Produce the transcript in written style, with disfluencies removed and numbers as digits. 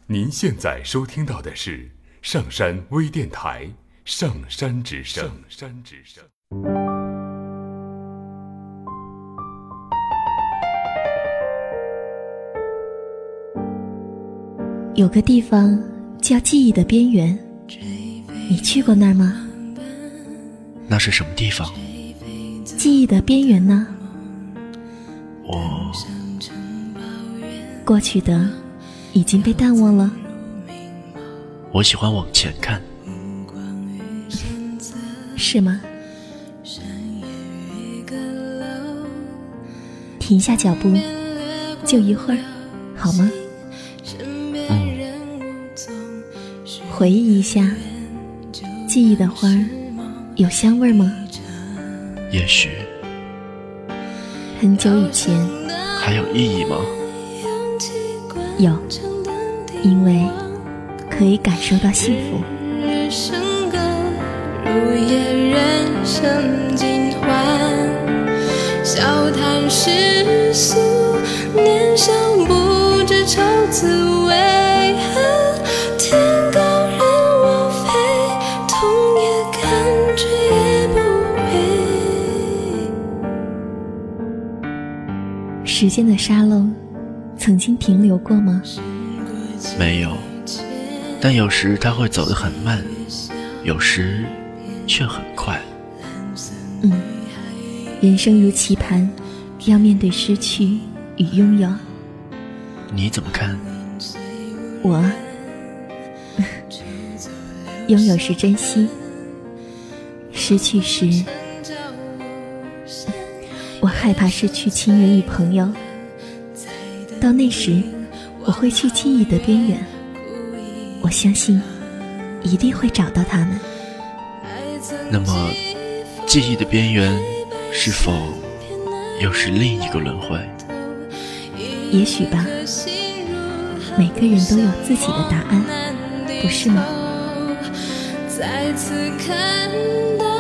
您现在收听到的是上山微电台《上山之声》。 有个地方叫记忆的边缘，你去过那儿吗？ 那是什么地方？ 记忆的边缘呢？ 我过去的已经被淡忘了。 我喜欢往前看。 是吗？停下脚步，就一会儿，好吗？回忆一下，记忆的花儿有香味吗？ 也许很久以前。 还有意义吗？ 有，因为可以感受到幸福。 如夜人生尽欢，笑谈世俗，年少不知愁滋味。天高任我飞，痛也看，却也不回。时间的沙漏曾经停留过吗？ 没有，但有时它会走得很慢，有时却很快。 人生如棋盘，要面对失去与拥有。 你怎么看？ 我拥有时珍惜，失去时我害怕失去亲人与朋友。到那时我会去记忆的边缘，我相信一定会找到他们。 那么记忆的边缘是否又是另一个轮回？ 也许吧，每个人都有自己的答案，不是吗？ 再次看到